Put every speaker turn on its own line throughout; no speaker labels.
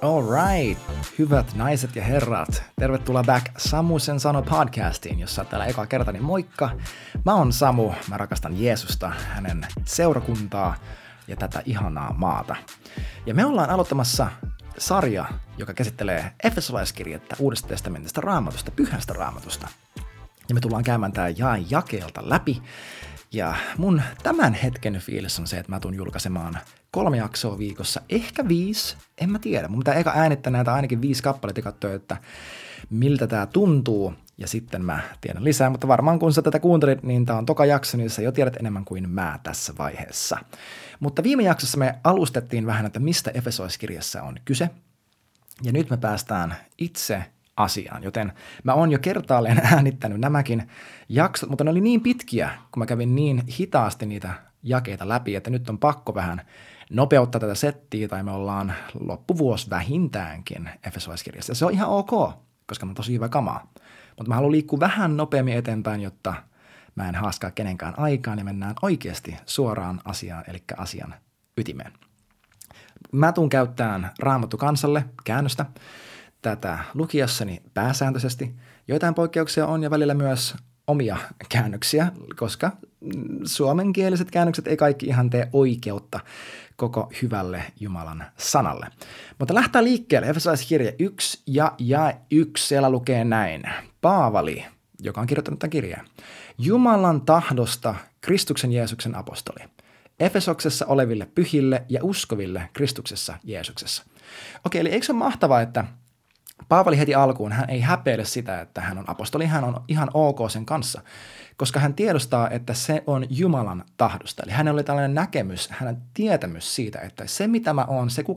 All right, hyvät naiset ja herrat, tervetuloa back Samu sen sano podcastiin, jossa täällä eka kerta, niin moikka. Mä oon Samu, mä rakastan Jeesusta, hänen seurakuntaa ja tätä ihanaa maata. Ja me ollaan aloittamassa sarja, joka käsittelee Efesolaiskirjettä Uudesta testamentista Raamatusta, Pyhästä Raamatusta. Ja me tullaan käymään tää jae jakeelta läpi. Ja mun tämän hetken fiilis on se, että mä tuun julkaisemaan 3 jaksoa viikossa, ehkä 5, en mä tiedä. Mun pitää eka äänittää näitä ainakin 5 kappaletta ja katsoa, että miltä tää tuntuu. Ja sitten mä tiedän lisää, mutta varmaan kun sä tätä kuuntelit, niin tää on toka jakso, niin sä jo tiedät enemmän kuin mä tässä vaiheessa. Mutta viime jaksossa me alustettiin vähän, että mistä Efesolaiskirjassa on kyse. Ja nyt me päästään itse asiaan, joten mä oon jo kertaalleen äänittänyt nämäkin jaksot, mutta ne oli niin pitkiä, kun mä kävin niin hitaasti niitä jakeita läpi, että nyt on pakko vähän nopeuttaa tätä settiä, tai me ollaan loppuvuosi vähintäänkin Efesolaiskirjassa. Ja se on ihan ok, koska on tosi hyvä kamaa. Mutta mä haluan liikkua vähän nopeammin eteenpäin, jotta mä en haaskaa kenenkään aikaa, niin mennään oikeasti suoraan asiaan, eli asian ytimeen. Mä tuun käyttämään Raamattu kansalle käännöstä tätä lukiessani pääsääntöisesti. Joitain poikkeuksia on ja välillä myös omia käännöksiä, koska suomenkieliset käännökset ei kaikki ihan tee oikeutta koko hyvälle Jumalan sanalle. Mutta lähtee liikkeelle Efesolaiskirje 1 ja jae 1, siellä lukee näin. Paavali, joka on kirjoittanut tämän kirjeen, Jumalan tahdosta Kristuksen Jeesuksen apostoli, Efesoksessa oleville pyhille ja uskoville Kristuksessa Jeesuksessa. Okei, eli eikö se ole mahtavaa, että Paavali heti alkuun, hän ei häpeile sitä, että hän on apostoli, hän on ihan ok sen kanssa, koska hän tiedostaa, että se on Jumalan tahdosta. Eli hänellä oli tällainen näkemys, hänen tietämys siitä, että se mitä mä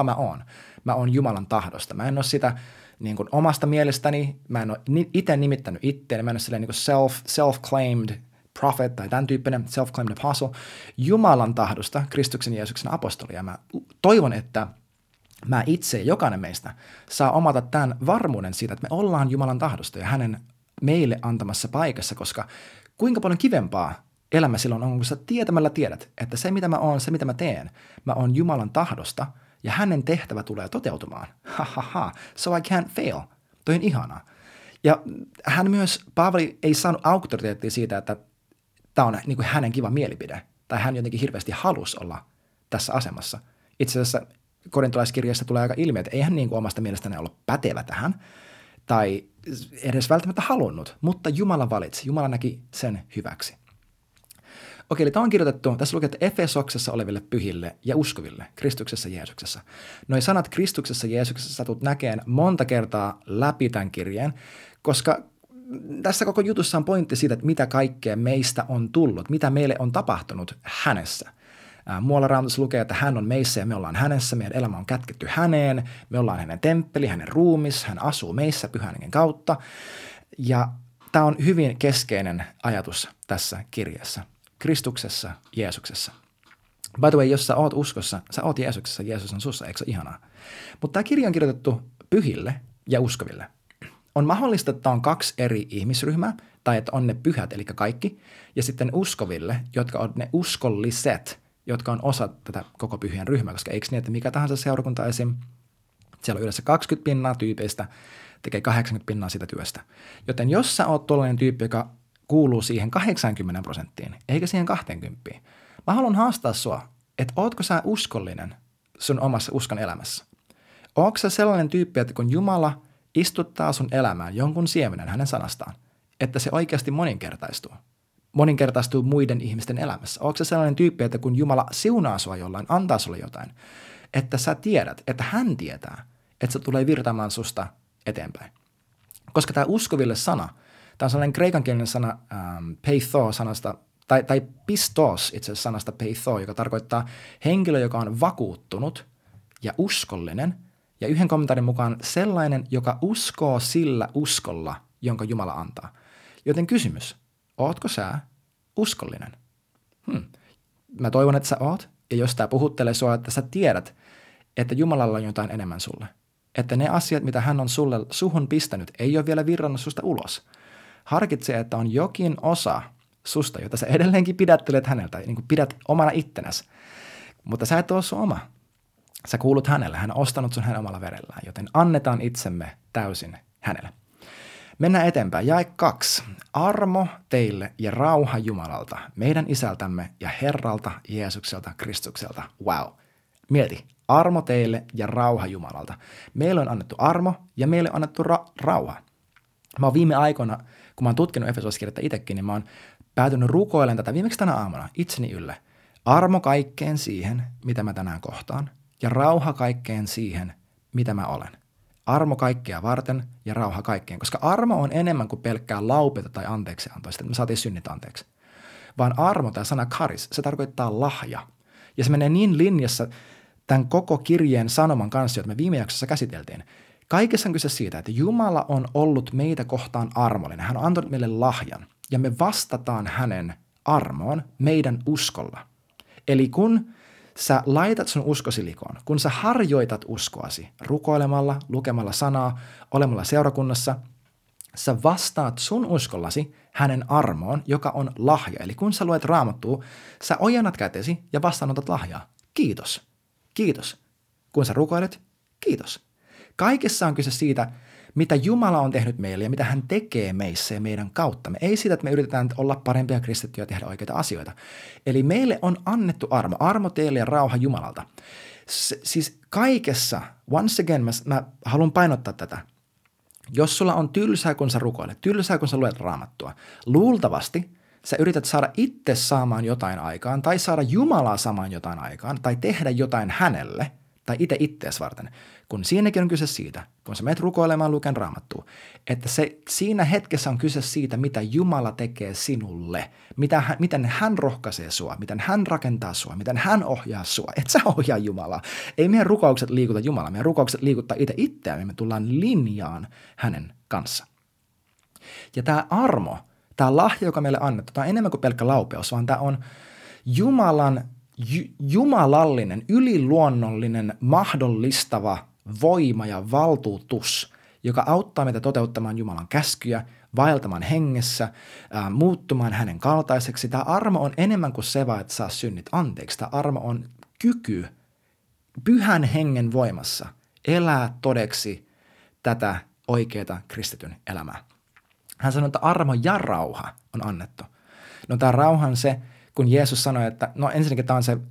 oon Jumalan tahdosta. Mä en ole sitä niin kuin omasta mielestäni, mä en ole itse nimittänyt itseäni, mä en ole silleen niin kuin self-claimed prophet tai tämän tyyppinen self-claimed apostle, Jumalan tahdosta Kristuksen Jeesuksen apostoli. Ja mä toivon, että mä itse ja jokainen meistä saa omata tämän varmuuden siitä, että me ollaan Jumalan tahdosta ja hänen meille antamassa paikassa, koska kuinka paljon kivempaa elämä silloin on, kun sä tietämällä tiedät, että se mitä mä oon, se mitä mä teen, mä oon Jumalan tahdosta ja hänen tehtävä tulee toteutumaan. So I can't fail. Toi on ihanaa. Ja hän myös, Paavali ei saanut auktoriteettia siitä, että tämä on niin kuin hänen kiva mielipide, tai hän jotenkin hirveästi halusi olla tässä asemassa. Itse asiassa korintolaiskirjassa tulee aika ilmi, että ei hän niin kuin omasta mielestään ollut pätevä tähän, tai edes välttämättä halunnut, mutta Jumala valitsi, Jumala näki sen hyväksi. Okei, eli tämä on kirjoitettu, tässä lukee, että Efesoksessa oleville pyhille ja uskoville, Kristuksessa Jeesuksessa. Noi sanat Kristuksessa Jeesuksessa sä tulet näkeen monta kertaa läpi tämän kirjeen, koska tässä koko jutussa on pointti siitä, että mitä kaikkea meistä on tullut, mitä meille on tapahtunut hänessä. Muualla Raamatussa lukee, että hän on meissä ja me ollaan hänessä, meidän elämä on kätketty häneen, me ollaan hänen temppeli, hänen ruumis, hän asuu meissä Pyhän Hengen kautta. Ja tämä on hyvin keskeinen ajatus tässä kirjassa, Kristuksessa, Jeesuksessa. By the way, jos sä oot uskossa, sä oot Jeesuksessa, Jeesus on sussa, eikö se ihanaa? Mutta tämä kirja on kirjoitettu pyhille ja uskoville. On mahdollista, että on 2 eri ihmisryhmää, tai että on ne pyhät, eli kaikki, ja sitten uskoville, jotka on ne uskolliset, jotka on osa tätä koko pyhien ryhmää, koska eikö niin, että mikä tahansa seurakunta esim. Siellä on yleensä 20% tyypeistä, tekee 80% siitä työstä. Joten jos sä oot tuollainen tyyppi, joka kuuluu siihen 80%, eikä siihen 20%, mä haluan haastaa sua, että ootko sä uskollinen sun omassa uskon elämässä? Ootko sä sellainen tyyppi, että kun Jumala istuttaa sun elämään jonkun siemenen hänen sanastaan, että se oikeasti moninkertaistuu muiden ihmisten elämässä. Onko se sellainen tyyppi, että kun Jumala siunaa sua jollain, antaa sulle jotain, että sä tiedät, että hän tietää, että se tulee virtaamaan susta eteenpäin. Koska tämä uskoville sana, tämä on sellainen kreikankielinen sana peitho-sanasta, tai pistos itse asiassa sanasta peitho, joka tarkoittaa henkilö, joka on vakuuttunut ja uskollinen, ja yhden kommentaarin mukaan sellainen, joka uskoo sillä uskolla, jonka Jumala antaa. Joten kysymys, ootko sä uskollinen? Mä toivon, että sä oot. Ja jos tää puhuttelee sua, että sä tiedät, että Jumalalla on jotain enemmän sulle. Että ne asiat, mitä hän on suhun pistänyt, ei ole vielä virrannut susta ulos. Harkitse, että on jokin osa susta, jota sä edelleenkin pidättelet häneltä, niin kuin pidät omana ittenäsi. Mutta sä et ole sun oma. Sä kuulut hänelle, hän on ostanut sun hänen omalla verellään, joten annetaan itsemme täysin hänelle. Mennään eteenpäin. Jae 2. Armo teille ja rauha Jumalalta, meidän Isältämme ja Herralta Jeesukselta Kristukselta. Wow. Mieti. Armo teille ja rauha Jumalalta. Meille on annettu armo ja meille on annettu rauha. Mä oon viime aikoina, kun mä oon tutkinut Efesoskirjettä itsekin, niin mä oon päätynyt rukoilemaan tätä viimeksi tänä aamuna itseni ylle. Armo kaikkeen siihen, mitä mä tänään kohtaan, ja rauha kaikkeen siihen, mitä mä olen. Armo kaikkea varten ja rauha kaikkeen, koska armo on enemmän kuin pelkkää laupeita tai anteeksiantoa, että me saatiin synnit anteeksi. Vaan armo, tämä sana charis, se tarkoittaa lahja. Ja se menee niin linjassa tämän koko kirjeen sanoman kanssa, jota me viime jaksossa käsiteltiin. Kaikessa on kyse siitä, että Jumala on ollut meitä kohtaan armollinen. Hän on antanut meille lahjan ja me vastataan hänen armoon meidän uskolla. Eli kun sä laitat sun uskosi likoon, kun sä harjoitat uskoasi rukoilemalla, lukemalla sanaa, olemalla seurakunnassa, sä vastaat sun uskollasi hänen armoon, joka on lahja. Eli kun sä luet Raamattua, sä ojennat kätesi ja vastaanotat lahjaa. Kiitos. Kiitos. Kun sä rukoilet, kiitos. Kaikessa on kyse siitä, mitä Jumala on tehnyt meille ja mitä hän tekee meissä ja meidän kauttamme. Ei siitä, että me yritetään olla parempia kristittyjä ja tehdä oikeita asioita. Eli meille on annettu armo. Armo teille ja rauha Jumalalta. Siis kaikessa, once again, mä haluan painottaa tätä. Jos sulla on tylsää, kun sä rukoilet, tylsää, kun sä luet Raamattua, luultavasti sä yrität saada itse saamaan jotain aikaan tai saada Jumalaa saamaan jotain aikaan tai tehdä jotain hänelle tai itse ittees varten, kun siinäkin on kyse siitä, kun sä menet rukoilemaan luken Raamattua, että siinä hetkessä on kyse siitä, mitä Jumala tekee sinulle, miten hän rohkaisee sua, miten hän rakentaa sua, miten hän ohjaa sua. Et sä ohjaa Jumalaa. Ei meidän rukoukset liikuta Jumalaa, meidän rukoukset liikuttaa itseään, me tullaan linjaan hänen kanssa. Ja tämä armo, tämä lahja, joka meille annettu, tämä on enemmän kuin pelkkä laupeus, vaan tämä on jumalallinen, yliluonnollinen, mahdollistava voima ja valtuutus, joka auttaa meitä toteuttamaan Jumalan käskyjä, vaeltamaan hengessä, muuttumaan hänen kaltaiseksi. Tämä armo on enemmän kuin se vaan, että saa synnit anteeksi. Tämä armo on kyky pyhän hengen voimassa elää todeksi tätä oikeaa kristityn elämää. Hän sanoi, että armo ja rauha on annettu. No tämä rauha on se, kun Jeesus sanoi, että no ensinnäkin tämä on se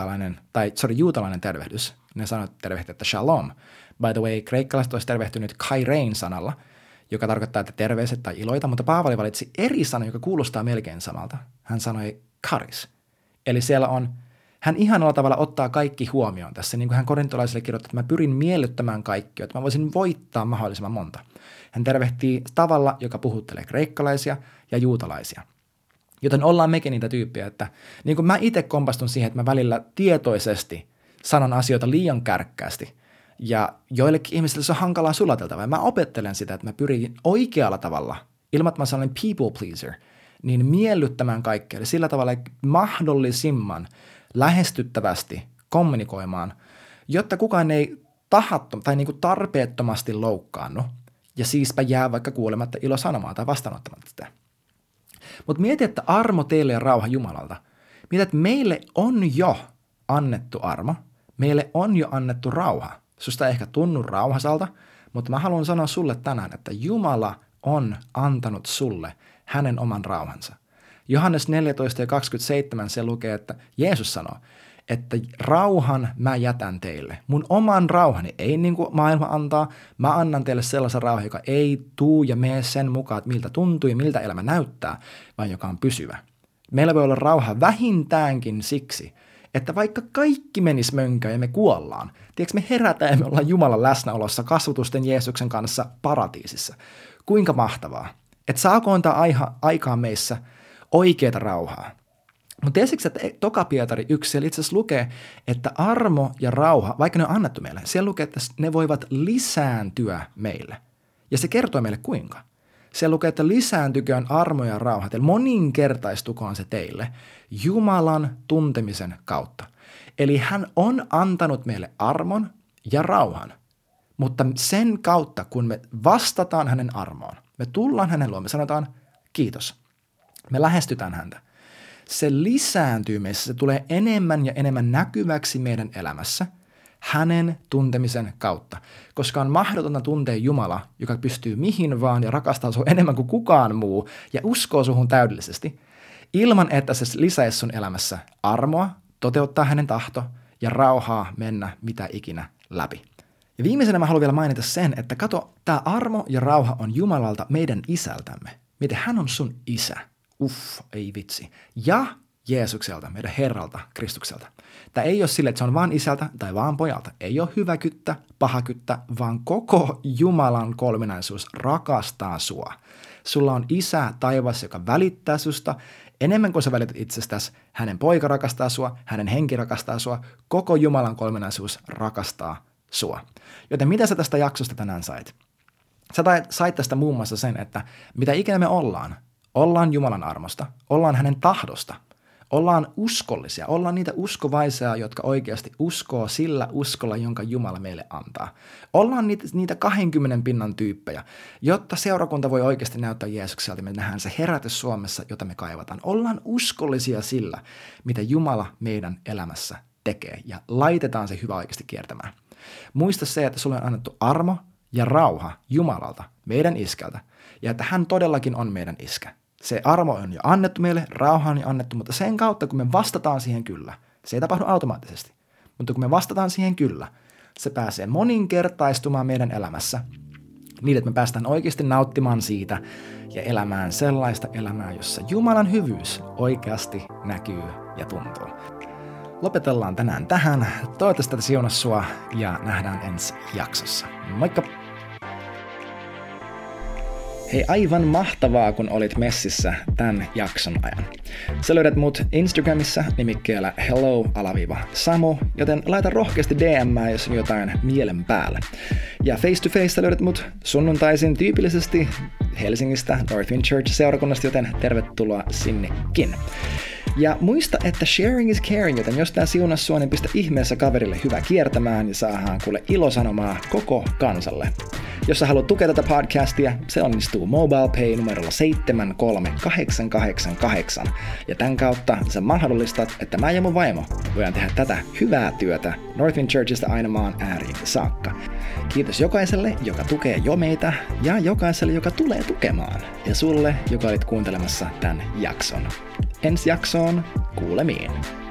juutalainen tervehdys. Ne sanoi tervehtiä, että shalom. By the way, kreikkalaiset olisi tervehtynyt kairein sanalla, joka tarkoittaa, että terveiset tai iloita, mutta Paavali valitsi eri sana, joka kuulostaa melkein samalta. Hän sanoi charis. Eli siellä on, hän ihanalla tavalla ottaa kaikki huomioon tässä, niin kuin hän korintolaisille kirjoittaa, että mä pyrin miellyttämään kaikkia, että mä voisin voittaa mahdollisimman monta. Hän tervehtii tavalla, joka puhuttelee kreikkalaisia ja juutalaisia. Joten ollaan mekin niitä tyyppejä, että niin kuin mä itse kompastun siihen, että mä välillä tietoisesti sanon asioita liian kärkkäästi, ja joillekin ihmisille se on hankalaa sulateltavaa. Mä opettelen sitä, että mä pyrin oikealla tavalla, ilman että mä sanon people pleaser, niin miellyttämään kaikkea. Eli sillä tavalla mahdollisimman lähestyttävästi kommunikoimaan, jotta kukaan ei tai niin kuin tarpeettomasti loukkaannu, ja siispä jää vaikka kuulematta ilosanomaa tai vastaanottamatta sitä. Mutta mieti, että armo teille ja rauha Jumalalta. Mieti, että meille on jo annettu armo, meille on jo annettu rauha. Susta ei ehkä tunnu rauhasalta, mutta mä haluan sanoa sulle tänään, että Jumala on antanut sulle hänen oman rauhansa. Johannes 14 ja 27 se lukee, että Jeesus sanoo, että rauhan mä jätän teille. Mun oman rauhani, ei niin kuin maailma antaa, mä annan teille sellaisen rauhan, joka ei tuu ja mene sen mukaan, että miltä tuntuu ja miltä elämä näyttää, vaan joka on pysyvä. Meillä voi olla rauha vähintäänkin siksi, että vaikka kaikki menisi mönkään ja me kuollaan, tiedätkö me herätään ja me ollaan Jumalan läsnäolossa kasvutusten Jeesuksen kanssa paratiisissa. Kuinka mahtavaa. Että saako antaa aikaan meissä oikeata rauhaa. Mutta tiesitkö, että toka Pietari 1, siellä itse asiassa lukee, että armo ja rauha, vaikka ne on annettu meille, siellä lukee, että ne voivat lisääntyä meille. Ja se kertoo meille kuinka. Siellä lukee, että lisääntyköön armo ja rauha, eli moninkertaistukoon se teille Jumalan tuntemisen kautta. Eli hän on antanut meille armon ja rauhan, mutta sen kautta, kun me vastataan hänen armoon, me tullaan hänen luo, me sanotaan kiitos, me lähestytään häntä. Se lisääntyy meissä, se tulee enemmän ja enemmän näkyväksi meidän elämässä. hänen tuntemisen kautta. Koska on mahdotonta tuntea Jumala, joka pystyy mihin vaan ja rakastaa sinua enemmän kuin kukaan muu ja uskoo suhun täydellisesti, ilman että se lisäisi sun elämässä armoa, toteuttaa hänen tahto ja rauhaa mennä mitä ikinä läpi. Ja viimeisenä mä haluan vielä mainita sen, että kato, tämä armo ja rauha on Jumalalta meidän isältämme. Miten hän on sun isä. Ei vitsi. Ja Jeesukselta, meidän Herralta, Kristukselta. Tämä ei ole sille, että se on vaan isältä tai vaan pojalta. Ei ole hyvä kyttä, paha kyttä, vaan koko Jumalan kolminaisuus rakastaa sua. Sulla on isä taivas, joka välittää susta. Enemmän kuin sä välität itsestäsi, hänen poika rakastaa sua, hänen henki rakastaa sua. Koko Jumalan kolminaisuus rakastaa sua. Joten mitä sä tästä jaksosta tänään sait? Sä sait tästä muun muassa sen, että mitä ikinä me ollaan Jumalan armosta, ollaan hänen tahdosta, ollaan uskollisia, ollaan niitä uskovaisia, jotka oikeasti uskoo sillä uskolla, jonka Jumala meille antaa. Ollaan niitä 20 pinnan tyyppejä, jotta seurakunta voi oikeasti näyttää Jeesukselta, me nähdään se herätys Suomessa, jota me kaivataan. Ollaan uskollisia sillä, mitä Jumala meidän elämässä tekee ja laitetaan se hyvä oikeasti kiertämään. Muista se, että sulle on annettu armo ja rauha Jumalalta, meidän iskältä, ja että hän todellakin on meidän iskä. Se armo on jo annettu meille, rauha on jo annettu, mutta sen kautta, kun me vastataan siihen kyllä, se ei tapahdu automaattisesti, mutta kun me vastataan siihen kyllä, se pääsee moninkertaistumaan meidän elämässä, niin että me päästään oikeasti nauttimaan siitä ja elämään sellaista elämää, jossa Jumalan hyvyys oikeasti näkyy ja tuntuu. Lopetellaan tänään tähän. Toivottavasti tätä siunas sua ja nähdään ensi jaksossa. Moikka! Hei, aivan mahtavaa, kun olit messissä tämän jakson ajan. Sä löydät mut Instagramissa nimikkeellä hello_Samu, joten laita rohkeasti DM:ää, jos on jotain mielen päällä. Ja face to face löydät mut sunnuntaisin tyypillisesti Helsingistä Northwind Church-seurakunnasta, joten tervetuloa sinnekin. Ja muista, että sharing is caring, joten jos tää siunas sua, niin pistä ihmeessä kaverille hyvä kiertämään ja saadaan kuule ilosanomaa koko kansalle. Jos sä haluat tukea tätä podcastia, se onnistuu MobilePay numerolla 73888. Ja tämän kautta sä mahdollistat, että mä ja mun vaimo voidaan tehdä tätä hyvää työtä Northwind Churchista aina maan ääriin saakka. Kiitos jokaiselle, joka tukee jo meitä, ja jokaiselle, joka tulee tukemaan. Ja sulle, joka olit kuuntelemassa tämän jakson. Ensi jaksoon kuulemiin.